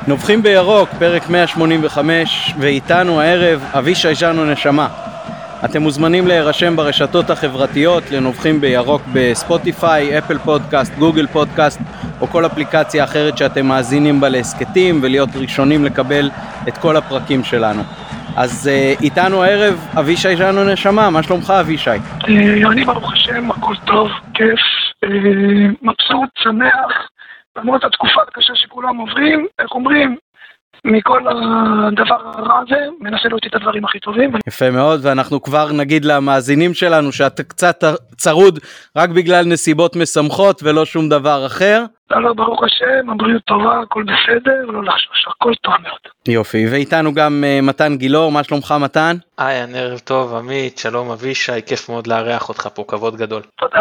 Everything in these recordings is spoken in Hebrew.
נובחים בירוק, פרק 185, ואיתנו הערב אבישי ז'אנו נשמה. אתם מוזמנים להירשם ברשתות החברתיות לנובחים בירוק בספוטיפיי, אפל פודקאסט, גוגל פודקאסט או כל אפליקציה אחרת שאתם מאזינים בה להסקטים, ולהיות ראשונים לקבל את כל הפרקים שלנו. אז איתנו הערב אבישי ז'אנו נשמה. מה שלומך אבישי? אני ברוך השם, הכל טוב, כיף, מבסוט, שמח, למרות התקופה הקשה שכולם עוברים, איך אומרים, מכל הדבר הרע הזה, מנסה להוציא את הדברים הכי טובים. יפה מאוד, ואנחנו כבר נגיד למאזינים שלנו שאתה קצת צרוד רק בגלל נסיבות משמחות ולא שום דבר אחר. לא, ברוך השם, הבריאות טובה, הכל בסדר, לא לחשוש, הכל טוב מאוד. יופי, ואיתנו גם מתן גילור. מה שלומך מתן? ערב טוב עמית, שלום אבישי, כיף מאוד לארח אותך פה, כבוד גדול. תודה.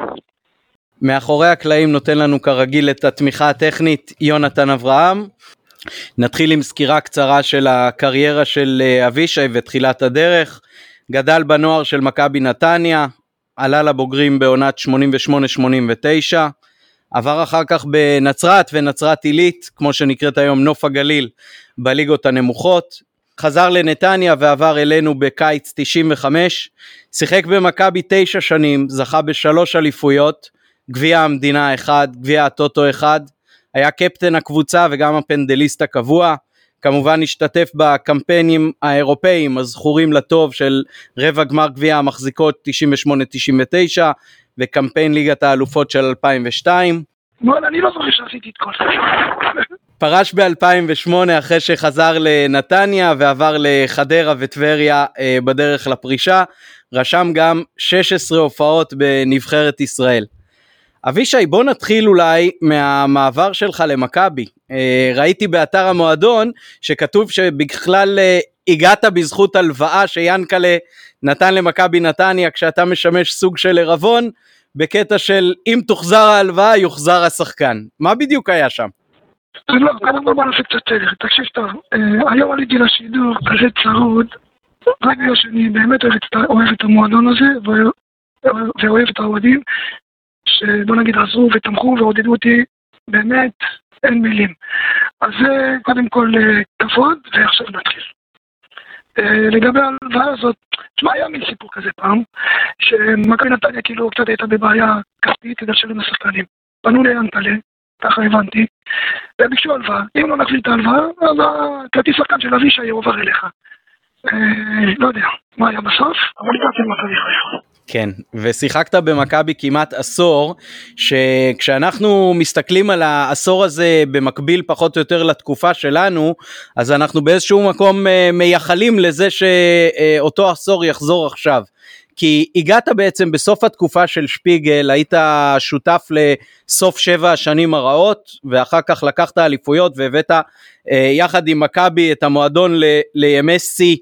מאחורי הקלעים נותן לנו כרגיל את התמיכה הטכנית יונתן אברהם. נתחיל עם סקירה קצרה של הקריירה של אבישי ותחילת הדרך. גדל בנוער של מכבי נתניה, עלה לבוגרים בעונת 88-89, עבר אחר כך בנצרת ונצרת עילית, כמו שנקראת היום נוף הגליל, בליגות הנמוכות, חזר לנתניה ועבר אלינו בקיץ 95, שיחק במכבי 9 שנים, זכה ב3 אליפויות, גביע המדינה 1, גביע הטוטו 1, היה קפטן הקבוצה וגם הפנדליסט הקבוע, כמובן השתתף בקמפיינים האירופאים הזכורים לטוב של רבע גמר גביע המחזיקות 98-99 וקמפיין ליגת האלופות של 2002. אני לא זוכר שעשיתי את כל זה. פרש ב-2008 אחרי שחזר לנתניה ועבר לחדרה וטבריה בדרך לפרישה, רשם גם 16 הופעות בנבחרת ישראל. אבישי, בוא נתחיל אולי מהמעבר שלך למכבי. ראיתי באתר המועדון שכתוב שבכלל הגעת בזכות הלוואה שיאנקלה נתן למכבי נתניה, כשאתה משמש סוג של ערבון, בקטע של אם תוחזר ההלוואה יוחזר השחקן. מה בדיוק היה שם? לא, בוא נעשה קצת סדר, תקשיב טוב. היום עליתי לשידור כזה צרוד, רק בגלל שאני באמת אוהב את המועדון הזה, ואוהב את האוהדים, שבוא נגיד עזרו ותמכו ועודדו אותי, באמת אין מילים. אז זה קודם כל כבוד, ועכשיו נתחיל. לגבי ההלוואה הזאת, תשמע, היה מין סיפור כזה פעם, שמכבי נתניה כאילו קצת הייתה בבעיה כספית כדי לשלם לשחקנים. פנו ליאנקלה, ככה הבנתי, וביקשו הלוואה. אם לא נחליט את ההלוואה, אז הכרטיס שחקן של אבישי יועבר אליך. לא יודע, מה היה בסוף? אבל הגעתי למכבי חיפה. כן, ושיחקת במכבי כמעט עשור, שכשאנחנו מסתכלים על העשור הזה במקביל פחות או יותר לתקופה שלנו, אז אנחנו באיזשהו מקום מייחלים לזה שאותו עשור יחזור עכשיו. כי הגעת בעצם בסוף התקופה של שפיגל, היית שותף לסוף 7 השנים הרעות, ואחר כך לקחת אליפויות והבאת יחד עם מכבי את המועדון לימי שיא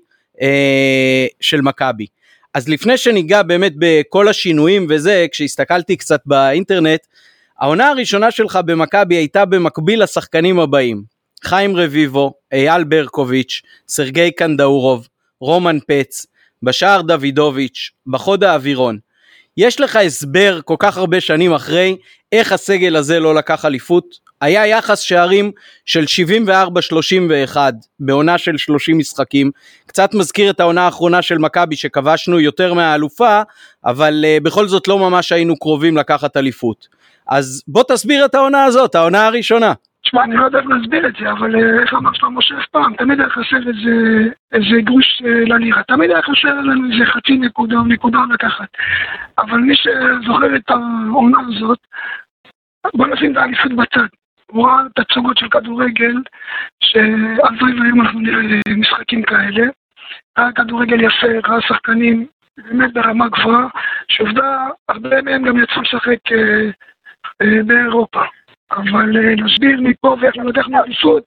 של מכבי. אז לפני שניגע באמת בכל השינויים וזה, כשהסתכלתי קצת באינטרנט, העונה הראשונה שלך במכבי הייתה במקביל לשחקנים הבאים: חיים רביבו, אייל ברקוביץ', סרגי קנדאורוב, רומן פץ, בשער דוידוביץ', בחודה אווירון. יש לך הסבר כל כך הרבה שנים אחרי איך הסגל הזה לא לקח אליפות? היה יחס שערים של 74-31 בעונה של 30 משחקים, קצת מזכיר את העונה האחרונה של מכבי שכבשנו יותר מהאלופה, אבל בכל זאת לא ממש היינו קרובים לקחת אליפות. אז בוא תסביר את העונה הזאת, העונה הראשונה. תשמע, אני לא יודע להסביר את זה, אבל איך אמר שלמה משה פעם, תמיד היה חסר איזה גרוש ללירה, תמיד היה חסר לנו איזה חצי נקודה לקחת. אבל מי שזוכר את העונה הזאת, בוא נשים את האליפות בצד. הוא ראה תצוגות של כדורגל, שהלוואי והיום אנחנו נראה משחקים כאלה. היה כדורגל יפה, ראה שחקנים באמת ברמה גבוהה, שעובדה, הרבה מהם גם יצאו לשחק באירופה. אבל נסביר מפה ואיך לנתח מאליפות,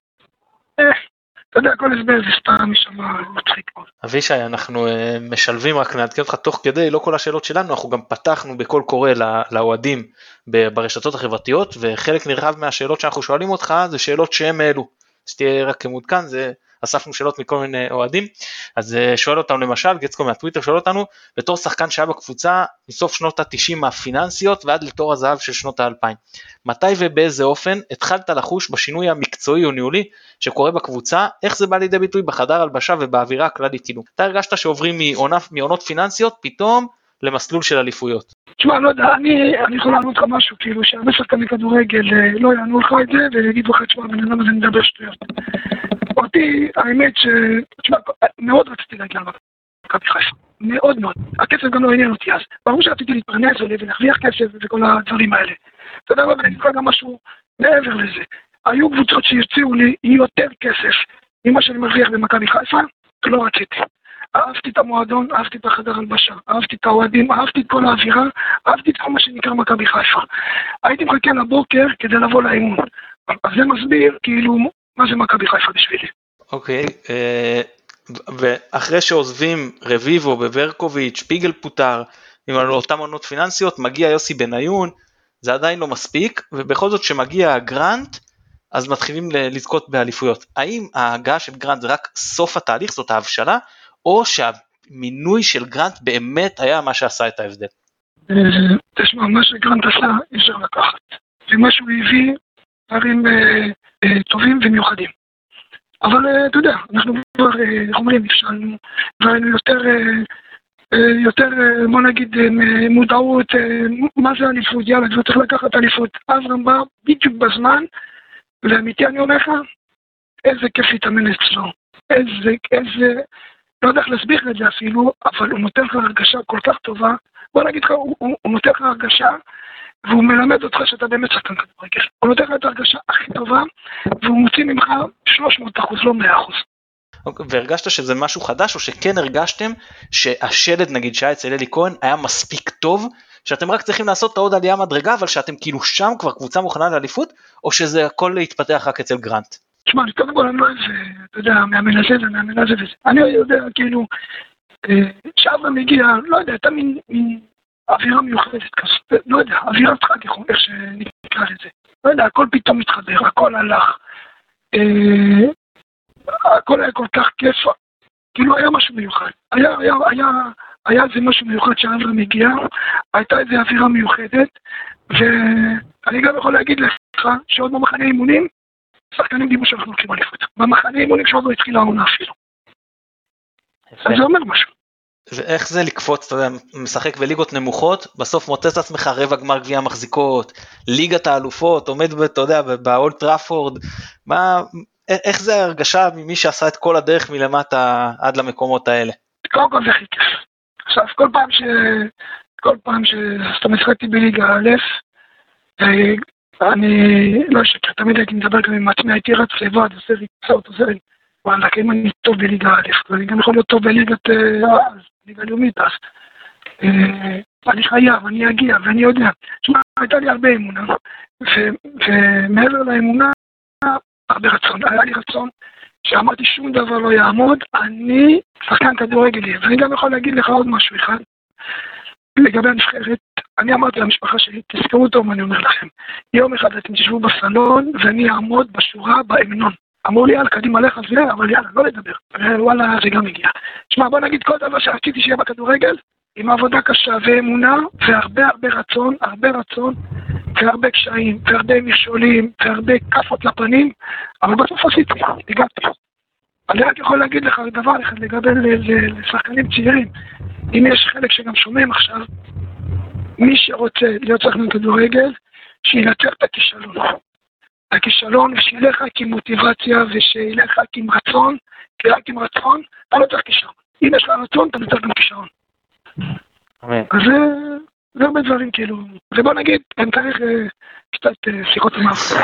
אתה יודע, כל הסבר זה סתם משם מצחיק פה. אבישי, אנחנו משלבים, רק נעדכן אותך תוך כדי, לא כל השאלות שלנו, אנחנו גם פתחנו בכל קורא לאוהדים ברשתות החברתיות, וחלק נרחב מהשאלות שאנחנו שואלים אותך, זה שאלות שהם אלו, שתהיה רק כמודכן, זה אספנו שאלות מכל מיני אוהדים, אז שואל אותנו למשל, גצקו מהטוויטר שואל אותנו, בתור שחקן שהיה בקבוצה מסוף שנות ה-90 הפיננסיות ועד לתור הזהב של שנות ה-2000, מתי ובאיזה אופן התחלת לחוש בשינוי המקצועי או ניהולי שקורה בקבוצה, איך זה בא לידי ביטוי בחדר הלבשה ובאווירה הכללית, כאילו, אתה הרגשת שעוברים מעונות פיננסיות פתאום למסלול של אליפויות? תשמע, לא יודע, אני יכול לענות לך משהו, כאילו שהרבה שחקני כדורגל לא יענו לך את זה ויגידו לך, תשמע, בן אדם הזה מדבר שטויות. אותי, האמת תשמע, מאוד רציתי להגיע למכבי חיפה, מאוד מאוד. הכסף גם לא עניין אותי אז. ברור שרציתי להתפרנס ולהרוויח כסף וכל הדברים האלה. אתה יודע, אבל אני אקרא גם משהו מעבר לזה. היו קבוצות שהציעו לי יותר כסף ממה שאני מרוויח במכבי חיפה, לא רציתי. אהבתי את המועדון, אהבתי את החדר הלבשה, אהבתי את האוהדים, אהבתי את כל האווירה, אהבתי את כל מה שנקרא מכבי חיפה. הייתי מחכה לבוקר כדי לבוא לאימון. אז זה מסביר כאילו מה זה מכבי חיפה בשבילי. אוקיי, ואחרי שעוזבים רביבו וברקוביץ', פיגל פוטר, עם אותם עונות פיננסיות, מגיע יוסי בניון, זה עדיין לא מספיק, ובכל זאת שמגיע גרנט, אז מתחילים לזכות באליפויות. האם ההגעה של גרנט זה רק סוף התהליך, זאת ההבשלה, או שהמינוי של גרנט באמת היה מה שעשה את ההבדל? תשמע, מה שגרנט עשה אי אפשר לקחת. ומה שהוא הביא דברים טובים ומיוחדים. אבל אתה יודע, אנחנו כבר, איך אומרים, נפשלנו, והיינו יותר, בוא נגיד, מודעות, מה זה אליפות, יאללה, זה צריך לקחת אליפות. אברהם בא בדיוק בזמן, ואמיתי אני אומר לך, איזה כיף להתאמן אצלו, איזה, לא יודע איך להסביר את זה אפילו, אבל הוא נותן לך הרגשה כל כך טובה, בוא נגיד לך, הוא נותן לך הרגשה, והוא מלמד אותך שאתה באמת שחקן כדורגל. הוא נותן לך את הרגשה הכי טובה, והוא מוציא ממך 300%, לא 100%. והרגשת שזה משהו חדש, או שכן הרגשתם שהשלד נגיד שהיה אצל אלי כהן היה מספיק טוב, שאתם רק צריכים לעשות את העוד עלייה מדרגה, אבל שאתם כאילו שם כבר קבוצה מוכנה לאליפות, או שזה הכל להתפתח רק אצל גרנט? תשמע, קודם כל אני לא איזה, אתה יודע, מאמן הזה ומאמן הזה וזה. אני יודע, כאילו, שאברהם מגיע, לא יודע, הייתה מין אווירה מיוחדת כזאת, לא יודע, אווירת חג, איך שנקרא לזה. לא יודע, הכל פתאום מתחבר, הכל הלך. הכל היה כל כך כיף, כאילו היה משהו מיוחד. היה איזה משהו מיוחד שאברהם מגיע, הייתה איזו אווירה מיוחדת, ואני גם יכול להגיד לך שעוד במחנה אימונים, שחקנים דיברו שאנחנו הולכים אליפות. במחנה אימונים שעוד לא התחילה העונה אפילו. אז זה אומר משהו. ואיך זה לקפוץ, אתה יודע, משחק בליגות נמוכות, בסוף מוצא את עצמך רבע גמר גביע מחזיקות, ליגת האלופות, עומד, אתה יודע, באולד טראפורד, איך זה הרגשה ממי שעשה את כל הדרך מלמטה עד למקומות האלה? קודם כל זה הכי כיף. עכשיו, כל פעם שאתה משחקתי בליגה א', אני לא אשקר, תמיד הייתי מדבר גם עם עצמי, הייתי רץ לבד, עושה ריצות, וואלה, אם אני טוב בליגה א', ואני גם יכול להיות טוב בליגה לאומית אז. אני חייב, אני אגיע, ואני יודע. תשמע, הייתה לי הרבה אמונה, ומעבר לאמונה, הרבה רצון. היה לי רצון שאמרתי שום דבר לא יעמוד, אני שחקן כדורגל, ואני גם יכול להגיד לך עוד משהו אחד, לגבי הנבחרת, אני אמרתי למשפחה שלי, תזכרו טוב מה אני אומר לכם, יום אחד אתם תשבו בסלון, ואני אעמוד בשורה בהמנון. אמרו לי, יאללה, קדימה לך זה, אבל יאללה, לא לדבר. וואלה, זה גם הגיע. תשמע, בוא נגיד כל דבר שרציתי שיהיה בכדורגל, עם עבודה קשה ואמונה, והרבה רצון, והרבה קשיים, והרבה מכשולים, והרבה כפות לפנים, אבל בסוף עשיתי, הגעתי. אני רק יכול להגיד לך דבר אחד לגבי לשחקנים צעירים. אם יש חלק שגם שומעים עכשיו, מי שרוצה להיות שחקן כדורגל, שינצח את הכישלון. הכישלון ושילך רק עם מוטיבציה ושילך רק עם רצון, כי רק עם רצון אתה לא צריך כישרון. אם יש לך רצון אתה נצטרך גם כישרון. אז זה הרבה דברים כאילו, ובוא נגיד, אני צריך קצת שיחות עם אף.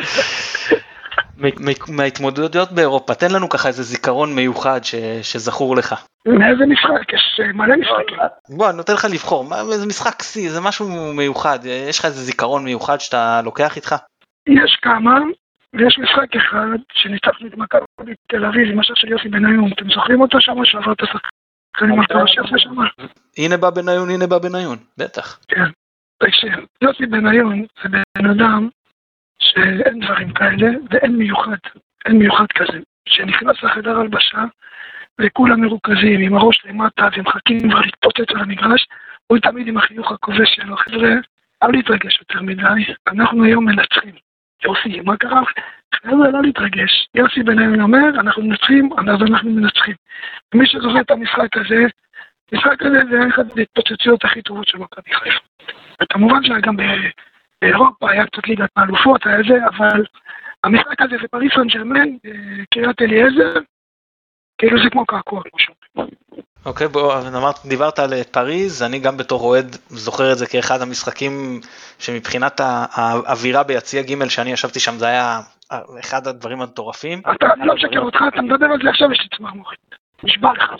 מההתמודדויות באירופה, תן לנו ככה איזה זיכרון מיוחד שזכור לך. מאיזה משחק? יש מלא משחקים. בוא, אני נותן לך לבחור, זה משחק סי, זה משהו מיוחד, יש לך איזה זיכרון מיוחד שאתה לוקח איתך? יש כמה, ויש משחק אחד שניצחנו את מכבי תל אביב עם השם של יוסי בניון. אתם זוכרים אותו שם שעבר את השחקנים על קו השם שם? הנה בא בניון, בטח. כן, תקשיב, יוסי בניון זה בן אדם שאין דברים כאלה ואין מיוחד כזה. שנכנס לחדר הלבשה, וכולם מרוכזים, עם הראש למטה, ומחכים כבר להתפוצץ על המגרש, הוא תמיד עם החיוך הכובש שלו, חבר'ה, אל להתרגש יותר מדי, אנחנו היום מנצחים. יוסי, מה קרה? חבר'ה, לא להתרגש. יוסי בינינו אומר, אנחנו מנצחים, אז אנחנו מנצחים. ומי שזוכר את המשחק הזה, המשחק הזה זה אחד ההתפוצצויות הכי טובות של מכבי חיפה. וכמובן שגם באירופה היה קצת ליגת האלופות, היה זה, אבל המשחק הזה זה פריס סן ז'רמן, קריית אליעזר, כאילו זה כמו קעקוע, כמו שאומרים. אוקיי, דיברת על פריז, אני גם בתור אוהד זוכר את זה כאחד המשחקים שמבחינת האווירה ביציע ג' שאני ישבתי שם, זה היה אחד הדברים המטורפים. אני לא משקר אותך, אתה מדבר על זה עכשיו, יש לי צמר מוחית. נשבע לך.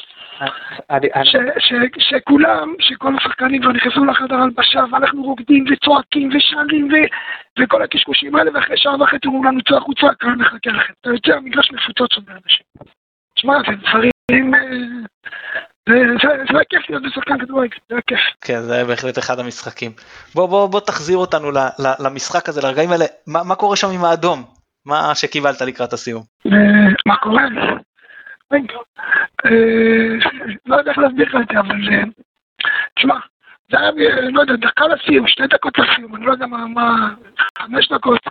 שכולם, שכל השחקנים כבר נכנסו לחדר הלבשה, ואנחנו רוקדים וצועקים ושאלים וכל הקשקושים האלה, ואחרי שעה וחצי אומרים לנו צוע חוצה, כאן נחכה לכם. אתה יוצא המגרש מפוצות שם באנשים. תשמע, זה דברים, זה כיף להיות בשחקן כדורגל, זה כיף. כן, זה היה בהחלט אחד המשחקים. בוא תחזיר אותנו למשחק הזה, לרגעים האלה. מה קורה שם עם האדום? מה שקיבלת לקראת הסיום? מה קורה? לא יודע איך להסביר לך את זה, אבל תשמע, זה היה, לא יודע, דקה לסיום, 2 דקות לסיום, אני לא יודע מה, 5 דקות,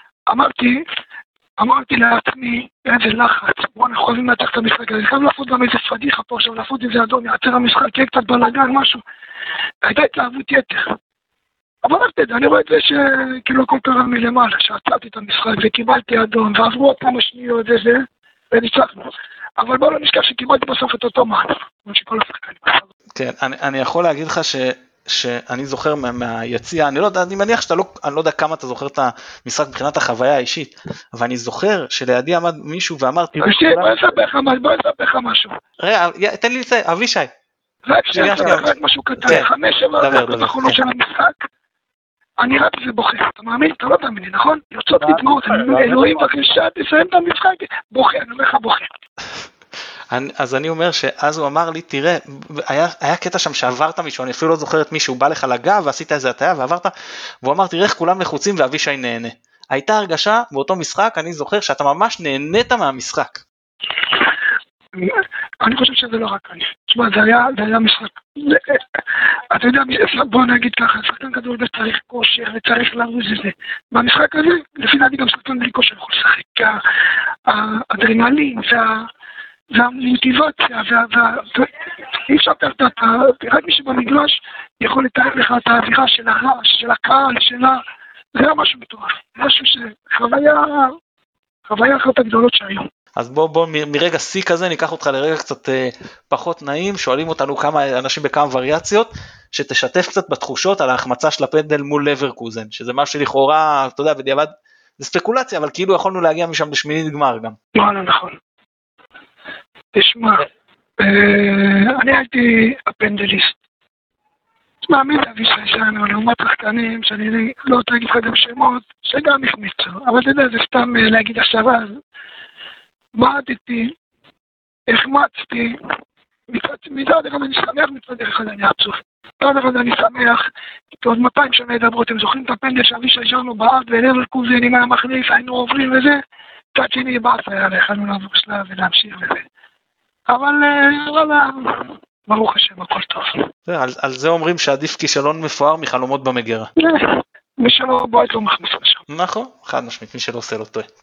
אמרתי לעצמי, איזה לחץ, בוא אנחנו חייבים לנצח את המשחק הזה, חייב לעשות גם איזה פדיחה פה עכשיו, לעשות איזה אדום, יעצר המשחק, יהיה קצת בלגן, משהו, הייתה התלהבות יתר. אבל רק תדע, אני רואה את זה שכאילו הכל קרה מלמעלה, שעצרתי את המשחק וקיבלתי אדום, ועברו עוד כמה שניות וזה, וניצחנו. אבל בואו לא נשכח שקיבלתי בסוף את אותו מעט, כמו שכל השחקנים. כן, אני יכול להגיד לך שאני זוכר מהיציאה, אני מניח אני לא יודע כמה אתה זוכר את המשחק מבחינת החוויה האישית, אבל אני זוכר שלידי עמד מישהו ואמר, בוא נספר לך משהו. רגע, תן לי לציין, אבישי. רק משהו קטן, 5-7 דקות האחרונות של המשחק, אני רק זה בוכה, אתה מאמין? אתה לא תאמין לי, נכון? יוצאות לי דמעות, אלוהים בבקשה, תסיים את המשחק, בוכה, אני אומר לך בוכה. אז אני אומר שאז הוא אמר לי, תראה, היה קטע שם שעברת מישהו, אני אפילו לא זוכר את מישהו, בא לך לגב ועשית איזה הטעיה ועברת, והוא אמר, תראה איך כולם לחוצים ואבישי נהנה. הייתה הרגשה באותו משחק, אני זוכר שאתה ממש נהנית מהמשחק. אני חושב שזה לא רק אני. תשמע, זה היה משחק. אתה יודע, בוא נגיד ככה, שחקן כדורגל צריך כושר וצריך לרוץ את זה. במשחק הזה, לפי דעתי גם שחקן בלי כושר יכול לשחק. כי האדרנלין והמוטיבציה, אי אפשר רק מי שבמגרש יכול לתאר לך את האווירה של הרעש, של הקהל, זה היה משהו מטורף. משהו חוויה אחת הגדולות שהיום. אז בוא מרגע שיא כזה ניקח אותך לרגע קצת פחות נעים, שואלים אותנו כמה אנשים בכמה וריאציות, שתשתף קצת בתחושות על ההחמצה של הפנדל מול לברקוזן, שזה משהו לכאורה, אתה יודע, בדיעבד, זה ספקולציה, אבל כאילו יכולנו להגיע משם לשמינית גמר גם. לא נכון. תשמע, אני הייתי הפנדליסט. תשמע, מי להביא שלנו, לעומת שחקנים, שאני לא רוצה להגיד לך גם שמות, שגם החמיצו, אבל אתה יודע, זה סתם להגיד השערה, מעדתי, החמצתי, מצד אחד אני שמח, מצד אחד אני עצוב. מצד אחד אני שמח, כי עוד 200 שנה ידברו, אתם זוכרים את הפנדל שאבישי שרנו בעד, ולברקוזן אם היה מחליף, היינו עוברים וזה, מצד שני בעד היה, יכלנו לעבור שלב ולהמשיך וזה. אבל וואלה, ברוך השם, הכל טוב. על זה אומרים שעדיף כישלון מפואר מחלומות במגירה. מי שלא בועט לא מכניס לשם. נכון, חד משמעית, מי שלא עושה לא טועה.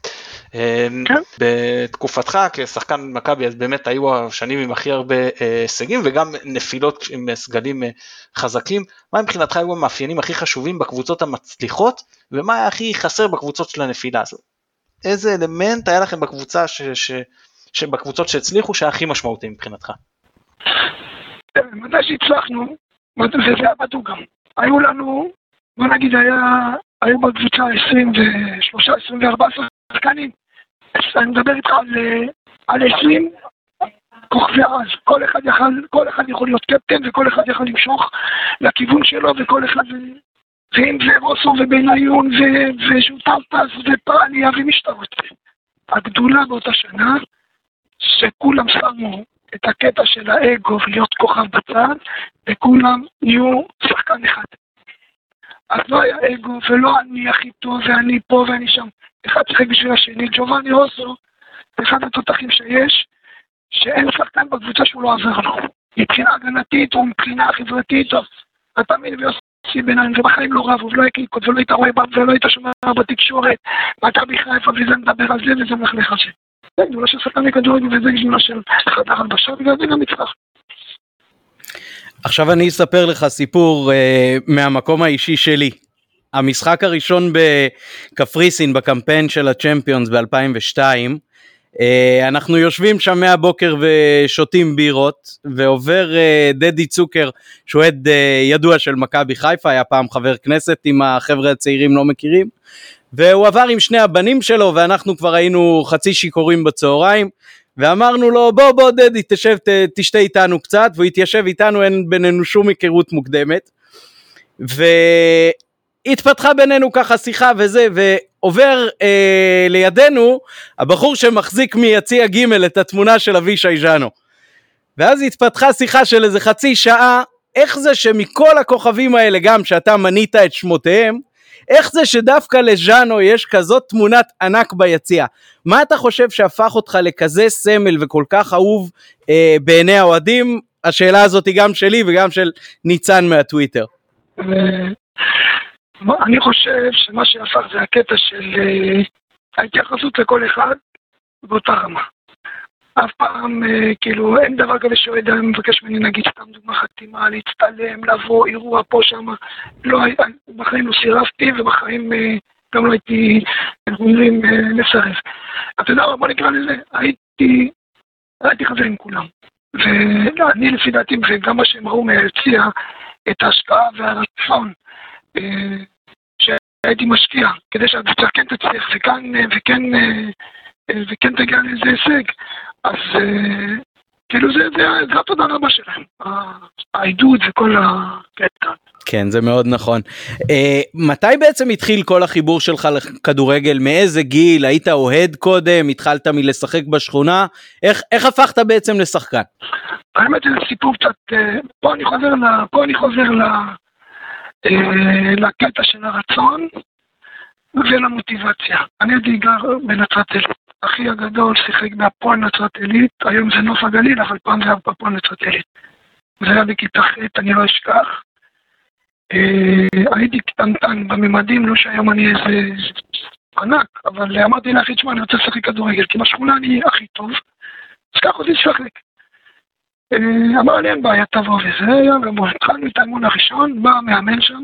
בתקופתך כשחקן מכבי, אז באמת היו השנים עם הכי הרבה הישגים, וגם נפילות עם סגלים חזקים. מה מבחינתך היו המאפיינים הכי חשובים בקבוצות המצליחות, ומה היה הכי חסר בקבוצות של הנפילה הזאת? איזה אלמנט היה לכם בקבוצה שבקבוצות שהצליחו שהיה הכי משמעותי מבחינתך? מתי שהצלחנו, וזה היה בדוק גם. היו לנו, בוא נגיד, היו בקבוצה 23-24 שחקנים. אני מדבר איתך על 20 כוכבי אז. כל אחד יכול להיות קפטן, וכל אחד יכול למשוך לכיוון שלו, וכל אחד, ואם זה רוסו ובניון, ושוטלטס, ופרניה, ומשתרות. הגדולה באותה שנה, שכולם שמו את הקטע של האגו ולהיות כוכב בצד, וכולם נהיו שחקן אחד. אז לא היה אגו, ולא אני הכי טוב, ואני פה ואני שם. אחד שחק בשביל השני, ג'ובאני רוסו, אחד התותחים שיש, שאין שחקן בקבוצה שהוא לא עזר לו. מבחינה הגנתית או מבחינה חברתית, אתה מבין ויוסי ביניים, ובחיים לא רב, ולא הקליקות, ולא היית רואה ולא היית שומע בתקשורת, ואתה חיפה, וזה מדבר על זה, וזה מלכלך על זה. זה גדולה של שחקן מכדורגל, וזה גדולה של חדר הלבשה, וזה גם מצרך. עכשיו אני אספר לך סיפור מהמקום האישי שלי. המשחק הראשון בקפריסין בקמפיין של הצ'מפיונס ב-2002, אנחנו יושבים שם מהבוקר ושותים בירות, ועובר דדי צוקר, שהוא עד ידוע של מכבי חיפה, היה פעם חבר כנסת, אם החבר'ה הצעירים לא מכירים, והוא עבר עם שני הבנים שלו, ואנחנו כבר היינו חצי שיכורים בצהריים, ואמרנו לו בוא דדי תשב תשתה איתנו קצת, והוא התיישב איתנו, אין בינינו שום היכרות מוקדמת, והתפתחה בינינו ככה שיחה וזה, ועובר לידינו הבחור שמחזיק מיציע ג' את התמונה של אבישי ז'אנו, ואז התפתחה שיחה של איזה חצי שעה, איך זה שמכל הכוכבים האלה גם שאתה מנית את שמותיהם, איך זה שדווקא לז'אנו יש כזאת תמונת ענק ביציע? מה אתה חושב שהפך אותך לכזה סמל וכל כך אהוב בעיני האוהדים? השאלה הזאת היא גם שלי וגם של ניצן מהטוויטר. אני חושב שמה שהפך זה הקטע של ההתייחסות לכל אחד באותה רמה. אף פעם, כאילו, אין דבר כזה שאוהד מבקש ממני, נגיד, סתם דוגמה חתימה, להצטלם, לבוא, אירוע פה, שם. לא, בחיים לא סירבתי, ובחיים גם לא הייתי, אנחנו אומרים, לסרב. אתה יודע, בוא נקרא לזה, הייתי חבר עם כולם. ואני לפי דעתי, וגם מה שהם ראו מהציע, את ההשקעה והרצון, שהייתי משקיע, כדי שהקבוצה כן תצליח, וכן תגיע לאיזה הישג. אז כאילו זה התודה רבה שלהם, העידוד וכל הקטע. כן, זה מאוד נכון. מתי בעצם התחיל כל החיבור שלך לכדורגל? מאיזה גיל? היית אוהד קודם? התחלת מלשחק בשכונה? איך הפכת בעצם לשחקן? האמת זה סיפור קצת, פה אני חוזר לקטע של הרצון ולמוטיבציה. אני הייתי גר בנצרת עילית. אחי הגדול שיחק בהפועל נצרת עילית, היום זה נוף הגליל, אבל פעם זה היה בהפועל נצרת עילית. זה היה בכיתה ח', אני לא אשכח. הייתי קטנטן בממדים, לא שהיום אני איזה ענק, אבל אמרתי לאחי, תשמע, אני רוצה לשחק כדורגל, כי בשכונה אני הכי טוב, אז כך אותי לשחק. אמר לי, אין בעיה, תבוא וזה, התחלנו את האימון הראשון, בא המאמן שם,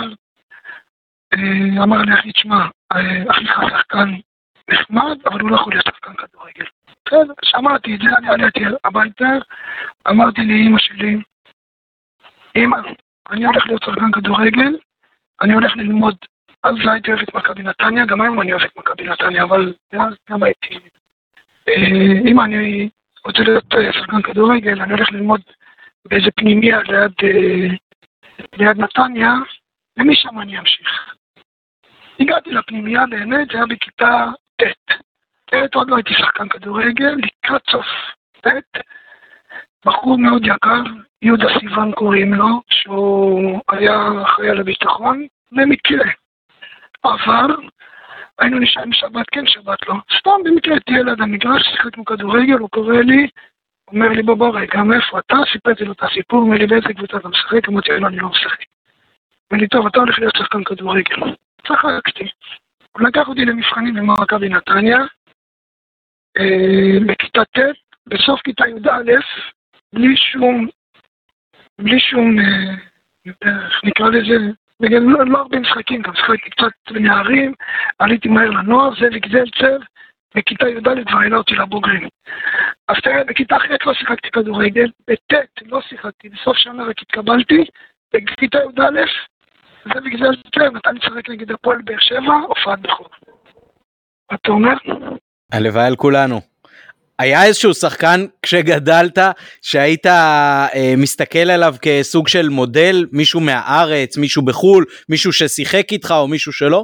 אמר לי, אחי, תשמע, אחיך שחקן נחמד, אבל הוא לא יכול להיות שחקן כדורגל. בסדר, שמעתי את זה, אני עליתי הביתה, אמרתי לאמא שלי, אמא, אני הולך להיות שחקן כדורגל, אני הולך ללמוד, אז הייתי אוהב את מכבי נתניה, גם היום אני אוהב את מכבי נתניה, אבל גם הייתי, אמא, אני רוצה להיות שחקן כדורגל, אני הולך ללמוד באיזה פנימיה ליד נתניה, ומשם אני אמשיך. הגעתי לפנימיה באמת, זה היה בכיתה ט', עוד לא הייתי שחקן כדורגל, לקראת סוף ט', בחור מאוד יקר, יהודה סיוון קוראים לו, שהוא היה אחראי על הביטחון, במקרה. אבל היינו נשארים שבת, כן שבת לא. סתם במקרה תהיה ליד המגרש, שיחקנו כדורגל, הוא קורא לי, אומר לי בוא רגע, מאיפה אתה? סיפרתי לו את הסיפור, אומר לי באיזה קבוצה אתה משחק, אמרתי לו אני לא משחק. אומר לי טוב, אתה הולך להיות שחקן כדורגל. צחקתי. הוא לקח אותי למבחנים במכבי נתניה, בכיתה ט', בסוף כיתה י"א, בלי שום, איך נקרא לזה, לא הרבה משחקים, גם שחקתי קצת בנערים, עליתי מהר לנוער, זאביק זלצר, בכיתה י"א כבר העלה אותי לבוגרים. אז תראה, בכיתה ח' לא שיחקתי כדורגל, בט' לא שיחקתי, בסוף שנה רק התקבלתי, בכיתה י"א, זאביק זלצר, נתן לי לשחק נגד הפועל באר שבע, הופעת בחור. אתה אומר? הלוואי על כולנו. היה איזשהו שחקן כשגדלת שהיית מסתכל עליו כסוג של מודל, מישהו מהארץ, מישהו בחול, מישהו ששיחק איתך או מישהו שלא?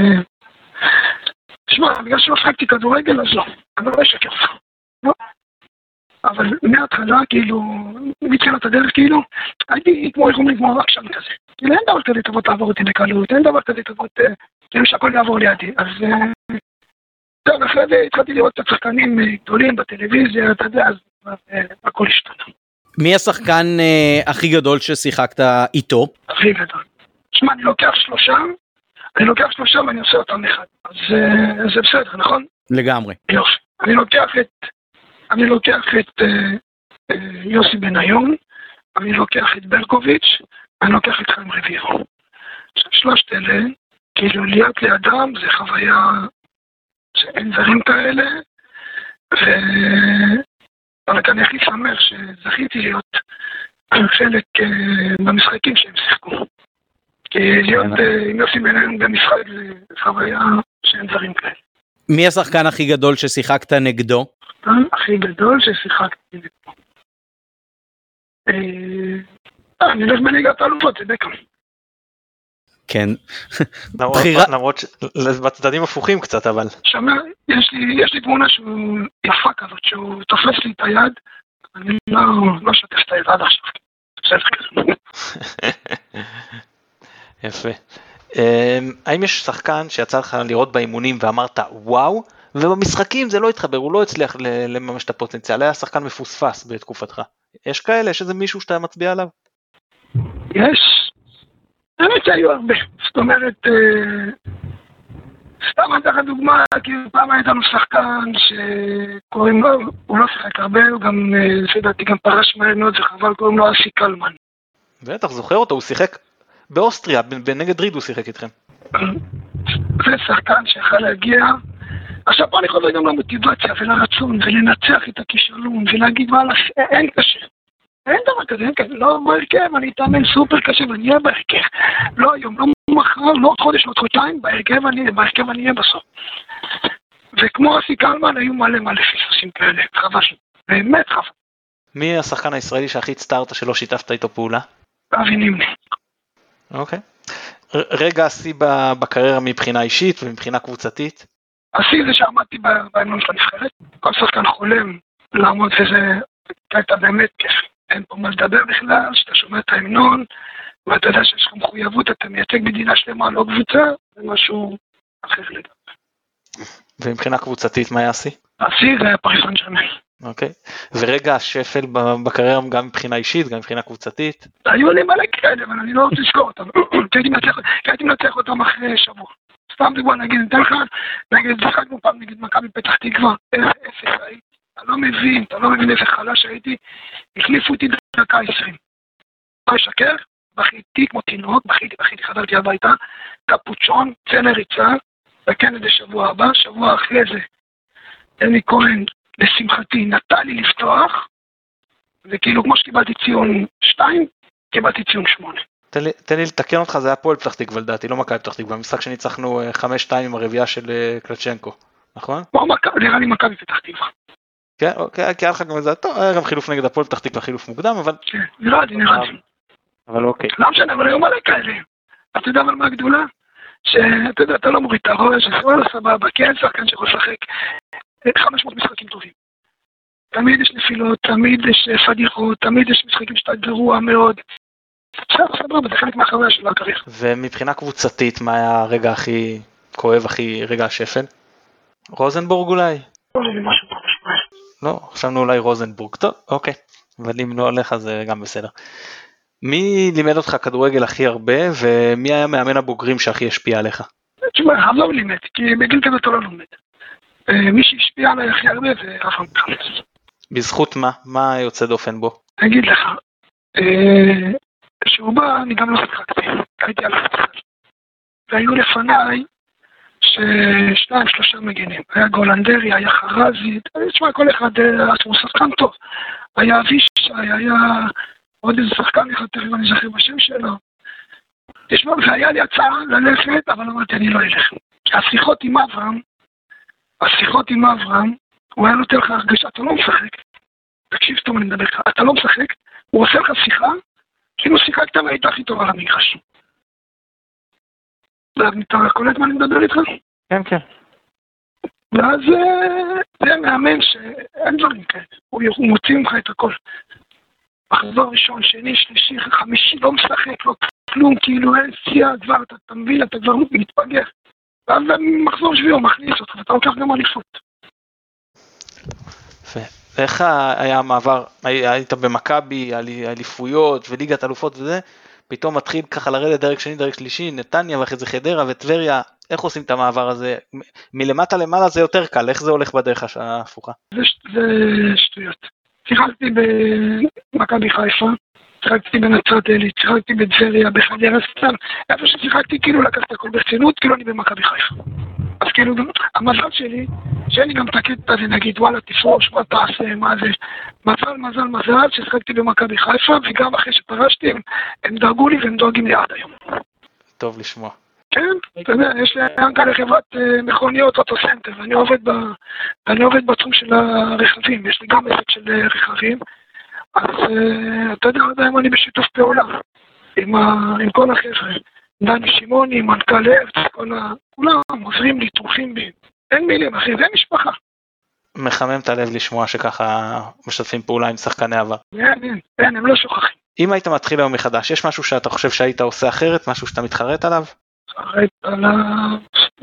תשמע, בגלל שלא שחקתי כדורגל אז לא, אני לא אשקר לך. לא. אבל מההתחלה כאילו, מתחילת הדרך כאילו, הייתי כמו עקשן כזה. כאילו אין דבר כזה תבוא לעבור אותי לקלות, אין דבר כזה תבוא, כאילו שהכל יעבור לידי. אז טוב, אחרי זה התחלתי לראות את השחקנים גדולים בטלוויזיה, אתה יודע, אז הכל השתנה. מי השחקן הכי גדול ששיחקת איתו? הכי גדול. שמע, אני לוקח שלושה ואני עושה אותם אחד. אז זה בסדר, נכון? לגמרי. יופי. אני לוקח את יוסי בניון, אני לוקח את ברקוביץ', אני לוקח את חיים רביבו. עכשיו, שלושת אלה, כאילו להיות לידם זה חוויה שאין דברים כאלה, אבל אני הכי שמח שזכיתי להיות חלק במשחקים שהם שיחקו. כי להיות עם יוסי בניון במשחק זה חוויה שאין דברים כאלה. מי השחקן הכי גדול ששיחקת נגדו? הכי גדול ששיחקתי נגדו. אני הולך בליגת האלופות, זה בקאם. כן. למרות שבצדדים הפוכים קצת, אבל. שומע, יש לי תמונה שהוא יפה כזאת, שהוא תופס לי את היד, אני לא שוטף את היד עד עכשיו. בסדר כזה. יפה. האם יש שחקן שיצא לך לראות באימונים ואמרת וואו, ובמשחקים זה לא התחבר, הוא לא הצליח לממש את הפוטנציאל, היה שחקן מפוספס בתקופתך. יש כאלה? יש איזה מישהו שאתה מצביע עליו? יש. האמת שהיו הרבה. זאת אומרת, סתם נתן לך דוגמה, כאילו פעם הייתה לנו שחקן שקוראים לו, הוא לא שיחק הרבה, הוא גם, לדעתי גם פרש מהר מאוד, זה חבל, קוראים לו אסי קלמן. בטח, זוכר אותו, הוא שיחק באוסטריה, בנגד ריד הוא שיחק איתכם. זה שחקן שיכל להגיע, עכשיו פה אני חוזר גם למוטיבציה ולרצון ולנצח את הכישלון ולהגיד וואלה, אין קשה. אין דבר כזה, אין כזה, לא בהרכב, אני אתאמן סופר קשה ואני אהיה בהרכב. לא היום, לא מחר, לא עוד חודש, לא עוד חודשיים, בהרכב אני אהיה בסוף. וכמו אסי קלמן היו מלא פיסוסים כאלה, חבל. באמת חבל. מי השחקן הישראלי שהכי הצטערת שלא שיתפת איתו פעולה? אבי נימני. אוקיי. רגע השיא בקריירה מבחינה אישית ומבחינה קבוצתית? השיא זה שעמדתי באמנון של הנבחרת. כל שחקן חולם לעמוד וזה הייתה באמת כיף. אין פה מה לדבר בכלל, שאתה שומע את ההמנון, ואתה יודע שיש לך מחויבות, אתה מייצג מדינה שלמה, לא קבוצה, זה משהו אחר לגמרי. ומבחינה קבוצתית מה היה השיא? השיא זה היה פריס סן ז'רמן. אוקיי. ורגע השפל בקריירה גם מבחינה אישית, גם מבחינה קבוצתית? היו לי מלא כאלה, אבל אני לא רוצה לזכור אותם. כי הייתי מנצח אותם אחרי שבוע. סתם דוגמה, נגיד, נגיד, זכרנו פעם נגד מכבי פתח תקווה, 0-0 הייתי. אתה לא מבין איזה חלש הייתי, החליפו אותי דקה 20. לא אשקר, בכיתי כמו תינוק, בכיתי, חזרתי הביתה, קפוצ'ון, צא לריצה, וכן איזה שבוע הבא, שבוע אחרי זה, אלי כהן, לשמחתי, נתן לי לפתוח, וכאילו כמו שקיבלתי ציון 2, קיבלתי ציון 8. תן לי לתקן אותך, זה היה פועל פתח תקווה לדעתי, לא מכבי פתח תקווה, במשחק שניצחנו 5-2 עם הרביעייה של קלצ'נקו, נכון? נראה לי מכבי פתח תקווה. כן, אוקיי, כי היה לך גם איזה, טוב, היה גם חילוף נגד הפועל פתח תקווה, חילוף מוקדם, אבל... כן, נראה לי. אבל אוקיי. לא משנה, אבל היו מלא כאלה. אתה יודע מה הגדולה? שאתה יודע, אתה לא מוריד את הראש, שסבבה סבבה, כן, שחקן שיכול לשחק 500 משחקים טובים. תמיד יש נפילות, תמיד יש פדיחות, תמיד יש משחקים שאתה גרוע מאוד. סבבה, זה חלק מהחוויה של הקריירה. ומבחינה קבוצתית, מה היה הרגע הכי כואב, רגע השפל? רוזנבורג אולי? לא, חשבנו אולי רוזנבורג, טוב, אוקיי, אבל אם לא הולך אז זה גם בסדר. מי לימד אותך כדורגל הכי הרבה, ומי היה מאמן הבוגרים שהכי השפיע עליך? תשמע, לא לימד, כי בגיל כזה אתה לא לומד. מי שהשפיע עליי הכי הרבה זה רפאל מיכלס. בזכות מה? מה יוצא דופן בו? אני אגיד לך, כשהוא בא אני גם לא שיחקתי, הייתי על הספסל. והיו לפניי, 2-3 מגנים, היה גולנדרי, היה חרזי, תשמע, כל אחד, הוא שחקן טוב, היה אבישי, היה עוד איזה שחקן אחד, תכף אני זוכר בשם שלו, תשמע, והיה לי הצעה ללכת, אבל אמרתי, אני לא אלך, כי השיחות עם אברהם, הוא היה נותן לך הרגשה, אתה לא משחק, תקשיב טוב, אני מדבר לך, אתה לא משחק, הוא עושה לך שיחה, כאילו שיחקת והיית הכי טוב על המגרש. אתה קולט מה אני מדבר איתך? כן, כן. ואז זה מאמן שאין דברים כאלה, הוא מוציא ממך את הכל. מחזור ראשון, שני, שלישי, חמישי, לא משחק, לא כלום, כאילו אין סיעה כבר, אתה מבין, אתה כבר מתפגר. ואז מחזור שביעי הוא מכניס אותך, ואתה לוקח גם אליפות. ואיך היה המעבר, היית במכבי, אליפויות וליגת אלופות וזה, פתאום מתחיל ככה לרדת דרג שני, דרג שלישי, נתניה ואחרי זה חדרה וטבריה, איך עושים את המעבר הזה? מלמטה למעלה זה יותר קל, איך זה הולך בדרך ההפוכה? זה שטויות. שיחקתי במכבי חיפה, שיחקתי בנצרת עילית, שיחקתי בטבריה, בחדרה סתם, איפה ששיחקתי כאילו לקחת הכל ברצינות, כאילו אני במכבי חיפה. אז כאילו המזל שלי, שאין לי גם את הקטע הזה, נגיד וואלה תפרוש, מה תעשה, מה זה, מזל, ששיחקתי במכבי חיפה, וגם אחרי שפרשתי הם דאגו לי והם דואגים לי עד היום. טוב לשמוע. כן, אתה יודע, יש לי כאן לחברת מכוניות אוטוסנטר, ואני עובד בתחום של הרכבים, יש לי גם עסק של רכבים, אז אתה יודע, עדיין אני בשיתוף פעולה עם כל החבר'ה, דני שמעוני, מנכ"ל הרץ, כולם עוזרים לי, תומכים בי, אין מילים אחי, זה משפחה. מחמם את הלב לשמוע שככה משתפים פעולה עם שחקני עבר. אין, הם לא שוכחים. אם היית מתחיל היום מחדש, יש משהו שאתה חושב שהיית עושה אחרת, משהו שאתה מתחרט עליו? מתחרט עליו...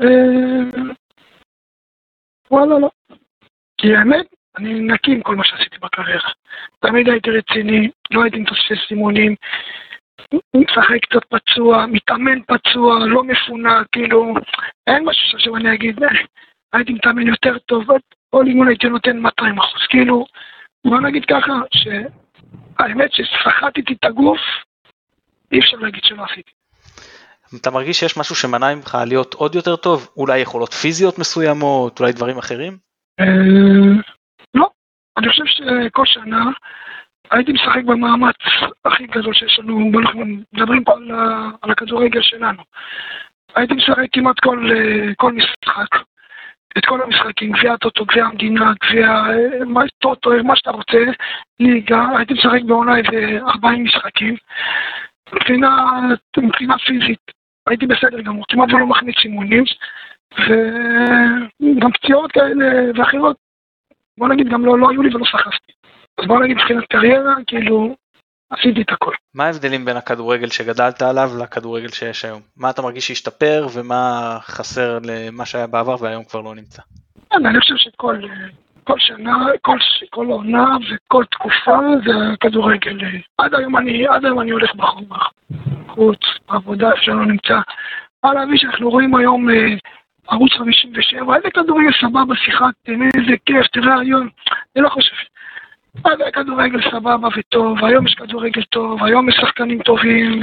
וואלה לא. כי האמת, אני נקי עם כל מה שעשיתי בקריירה. תמיד הייתי רציני, לא הייתי מתוספס סימונים, משחק קצת פצוע, מתאמן פצוע, לא מפונה, כאילו, אין משהו שעכשיו אני אגיד, הייתי מתאמן יותר טוב, כל אימון הייתי נותן 200%, כאילו, בוא נגיד ככה, שהאמת ששחטתי את הגוף, אי אפשר להגיד שלא עשיתי. אתה מרגיש שיש משהו שמנע ממך להיות עוד יותר טוב? אולי יכולות פיזיות מסוימות, אולי דברים אחרים? לא, אני חושב שכל שנה הייתי משחק במאמץ הכי גדול שיש לנו, אנחנו מדברים פה על הכדורגל שלנו. הייתי משחק כמעט כל משחק, את כל המשחקים, גביע טוטו, גביע המדינה, גביע טוטו, מה שאתה רוצה, ליגה, הייתי משחק בעונה איזה 40 משחקים. מבחינה פיזית, הייתי בסדר גמור, כמעט ולא מכניס אימונים, וגם פציעות כאלה ואחרות, בוא נגיד גם לא היו לי ולא שחקתי. אז בוא נגיד מבחינת קריירה, כאילו, עשיתי את הכל. מה ההבדלים בין הכדורגל שגדלת עליו לכדורגל שיש היום? מה אתה מרגיש שהשתפר ומה חסר למה שהיה בעבר והיום כבר לא נמצא? אני חושב שכל שנה, כל עונה וכל תקופה זה כדורגל. עד היום אני הולך בחוץ, בעבודה, אפשר לא נמצא. מה להביא שאנחנו רואים היום ערוץ 57, איזה כדורגל סבבה, שיחקתם, איזה כיף, תראה היום, אני לא חושב. אז היה כדורגל סבבה וטוב, היום יש כדורגל טוב, היום יש שחקנים טובים,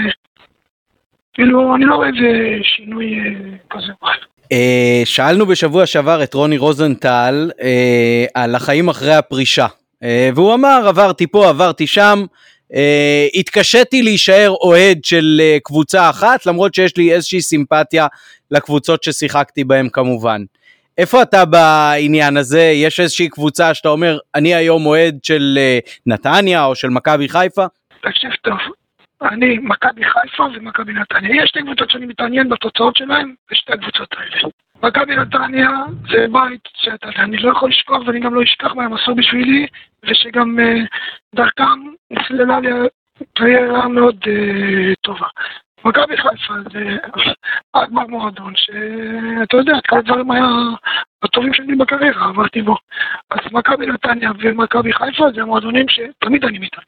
כאילו אני לא רואה איזה שינוי כזה. שאלנו בשבוע שעבר את רוני רוזנטל על החיים אחרי הפרישה, והוא אמר עברתי פה, עברתי שם, התקשיתי להישאר אוהד של קבוצה אחת, למרות שיש לי איזושהי סימפתיה לקבוצות ששיחקתי בהם כמובן. איפה אתה בעניין הזה? יש איזושהי קבוצה שאתה אומר, אני היום אוהד של נתניה או של מכבי חיפה? תקשיב טוב, אני מכבי חיפה ומכבי נתניה. יש שתי קבוצות שאני מתעניין בתוצאות שלהם, ושתי הקבוצות האלה. מכבי נתניה זה בית שאני לא יכול לשכוח ואני גם לא אשכח מה הם עשו בשבילי, ושגם דרכם נסללה לי קריירה מאוד טובה. מכבי חיפה זה אגמר מועדון שאתה יודע, כל הדברים היה הטובים שלי בקריירה, עברתי בו. אז מכבי נתניה ומכבי חיפה זה המועדונים שתמיד אני מתעניין.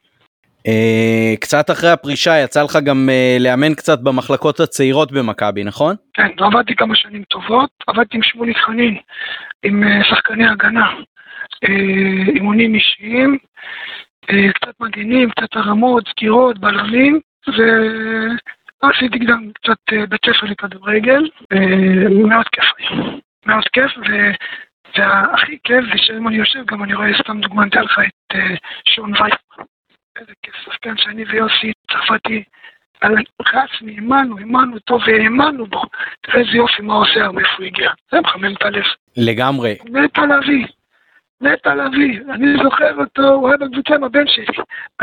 קצת אחרי הפרישה יצא לך גם לאמן קצת במחלקות הצעירות במכבי, נכון? כן, עבדתי כמה שנים טובות, עבדתי עם שמולי חנין, עם שחקני הגנה, אימונים אישיים, קצת מגנים, קצת הרמות, סגירות, בלמים, ועשיתי גם קצת בית ספר לכדורגל, מאוד כיף היום, מאוד כיף, והכי כיף זה שאם אני יושב, גם אני רואה סתם דוגמא, נתן לך את שון וייסמן. איזה כיף, שחקן שאני ויוסי צרפתי על רצמי, האמנו טוב והאמנו בו. תראה איזה יופי מה עושה, מאיפה הוא הגיע. זה מחמם את הלב. לגמרי. נטע לביא, אני זוכר אותו, הוא היה בקבוצה עם הבן שלי.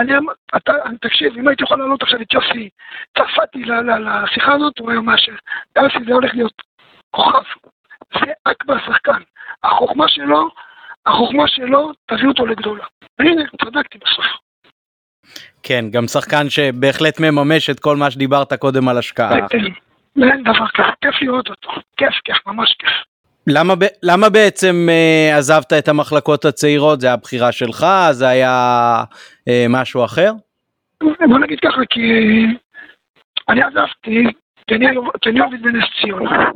תקשיב, אם הייתי יכול לעלות עכשיו את יוסי צרפתי לשיחה הזאת, הוא היה מאשר. יוסי זה הולך להיות כוכב. זה אכבר שחקן. החוכמה שלו, תביא אותו לגדולה. והנה, צדקתי בסוף. כן, גם שחקן שבהחלט מממש את כל מה שדיברת קודם על השקעה. אין דבר כזה, כיף לראות אותו, כיף, ממש כיף. למה בעצם עזבת את המחלקות הצעירות? זה היה בחירה שלך? זה היה משהו אחר? בוא נגיד ככה, כי אני עזבתי, כי אני עובד בנס ציונה,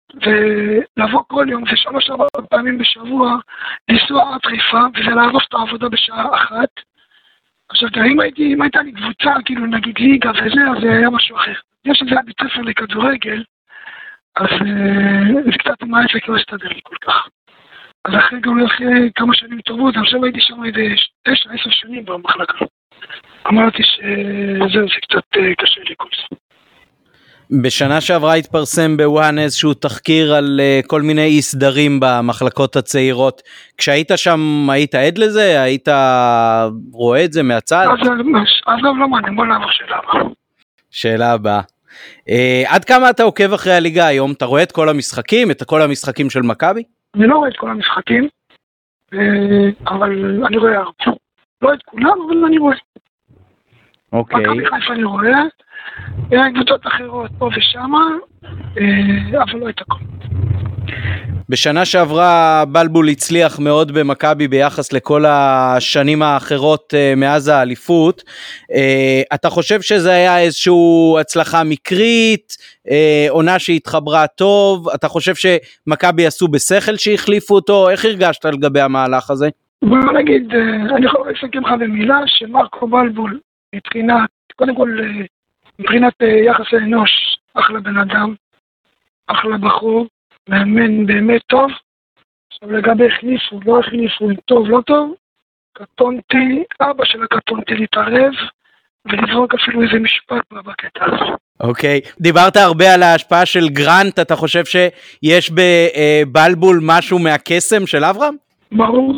ולבוא כל יום, זה 3-4 פעמים בשבוע, לנסוע עד חיפה, וזה לעזוב את העבודה בשעה 1. עכשיו, אם הייתה לי קבוצה, כאילו נגיד ליגה וזה, אז זה היה משהו אחר. יש שזה היה בית ספר לכדורגל, אז זה קצת עם העסק לא הסתדר לי כל כך. אז אחרי כמה שנים טובות, עכשיו הייתי שם איזה 9-10 שנים במחלקה. אמרתי שזהו, זה קצת קשה לי כל זה. בשנה שעברה התפרסם בוואן איזשהו תחקיר על כל מיני אי סדרים במחלקות הצעירות. כשהיית שם, היית עד לזה? היית רואה את זה מהצד? אז לא מעניין, בוא נעבור שאלה הבאה. שאלה הבאה. עד כמה אתה עוקב אחרי הליגה היום? אתה רואה את כל המשחקים? את כל המשחקים של מכבי? אני לא רואה את כל המשחקים, אבל אני רואה הרבה. לא את כולם, אבל אני רואה. אוקיי. מכבי חיפה אני רואה. קבוצות אחרות פה ושמה, אבל לא את הכל. בשנה שעברה בלבול הצליח מאוד במכבי ביחס לכל השנים האחרות מאז האליפות. אתה חושב שזה היה איזושהי הצלחה מקרית, עונה שהתחברה טוב? אתה חושב שמכבי עשו בשכל שהחליפו אותו? איך הרגשת לגבי המהלך הזה? בוא נגיד, אני יכול לסכם לך במילה שמרקו בלבול קודם כל מבחינת יחס האנוש, אחלה בן אדם, אחלה בחור, מאמן באמת טוב. עכשיו לגבי החליפו, לא החליפו, טוב, לא טוב, קטונתי, אבא של הקטונתי להתערב, ולזרוק אפילו איזה משפט בקטע הזה. אוקיי, דיברת הרבה על ההשפעה של גרנט, אתה חושב שיש בבלבול משהו מהקסם של אברהם? ברור,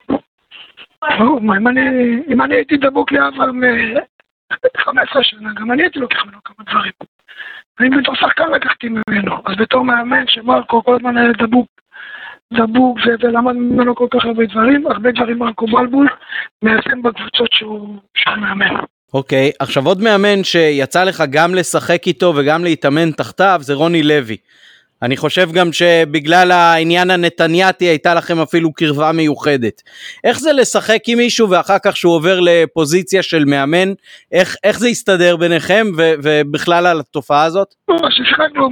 אם אני הייתי דבוק לאברהם 15 שנה, גם אני הייתי לוקח ממנו כמה דברים. אני בתור שחקן לקחתי ממנו, אז בתור מאמן שמרקו כל הזמן היה דבוק ולמד ממנו כל כך הרבה דברים מרקו בלבול מיישם בקבוצות שהוא מאמן. אוקיי, עכשיו עוד מאמן שיצא לך גם לשחק איתו וגם להתאמן תחתיו זה רוני לוי. אני חושב גם שבגלל העניין הנתנייתי הייתה לכם אפילו קרבה מיוחדת. איך זה לשחק עם מישהו ואחר כך שהוא עובר לפוזיציה של מאמן? איך זה יסתדר ביניכם ובכלל על התופעה הזאת? ששיחקנו,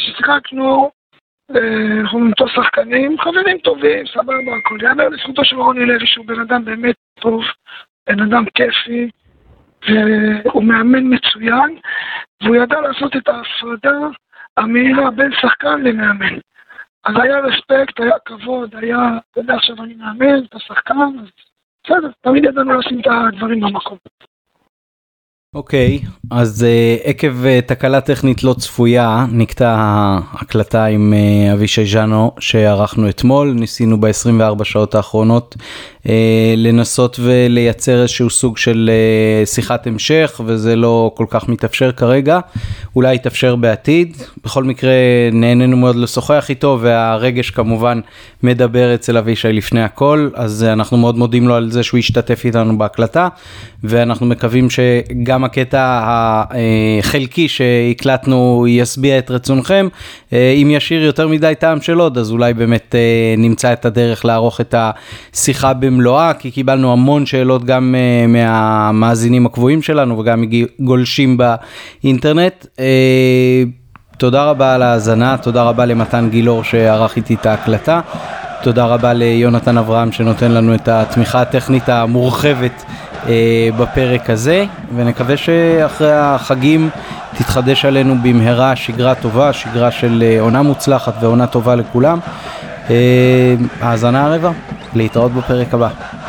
אנחנו נמצא שחקנים, חברים טובים, סבבה, הכל. יאמר לזכותו של רוני לוי שהוא בן אדם באמת טוב, בן אדם כיפי, והוא מאמן מצוין, והוא ידע לעשות את ההפרדה המהירה בין שחקן למאמן. אז היה רספקט, היה כבוד, היה, אתה יודע, עכשיו אני מאמן, אתה שחקן, אז בסדר, תמיד ידענו לשים את הדברים במקום. אוקיי, אז עקב תקלה טכנית לא צפויה, נקטע ההקלטה עם אבישי ז'אנו שערכנו אתמול, ניסינו ב-24 שעות האחרונות לנסות ולייצר איזשהו סוג של שיחת המשך, וזה לא כל כך מתאפשר כרגע, אולי יתאפשר בעתיד. בכל מקרה נהנינו מאוד לשוחח איתו, והרגש כמובן מדבר אצל אבישי לפני הכל, אז אנחנו מאוד מודים לו על זה שהוא ישתתף איתנו בהקלטה, ואנחנו מקווים שגם הקטע החלקי שהקלטנו יסביע את רצונכם. אם ישיר יותר מדי טעם של עוד, אז אולי באמת נמצא את הדרך לערוך את השיחה במלואה, כי קיבלנו המון שאלות גם מהמאזינים הקבועים שלנו וגם גולשים באינטרנט. תודה רבה על ההאזנה, תודה רבה למתן גילור שערך איתי את ההקלטה, תודה רבה ליונתן אברהם שנותן לנו את התמיכה הטכנית המורחבת בפרק הזה, ונקווה שאחרי החגים תתחדש עלינו במהרה שגרה טובה, שגרה של עונה מוצלחת ועונה טובה לכולם. האזנה הרבה, להתראות בפרק הבא.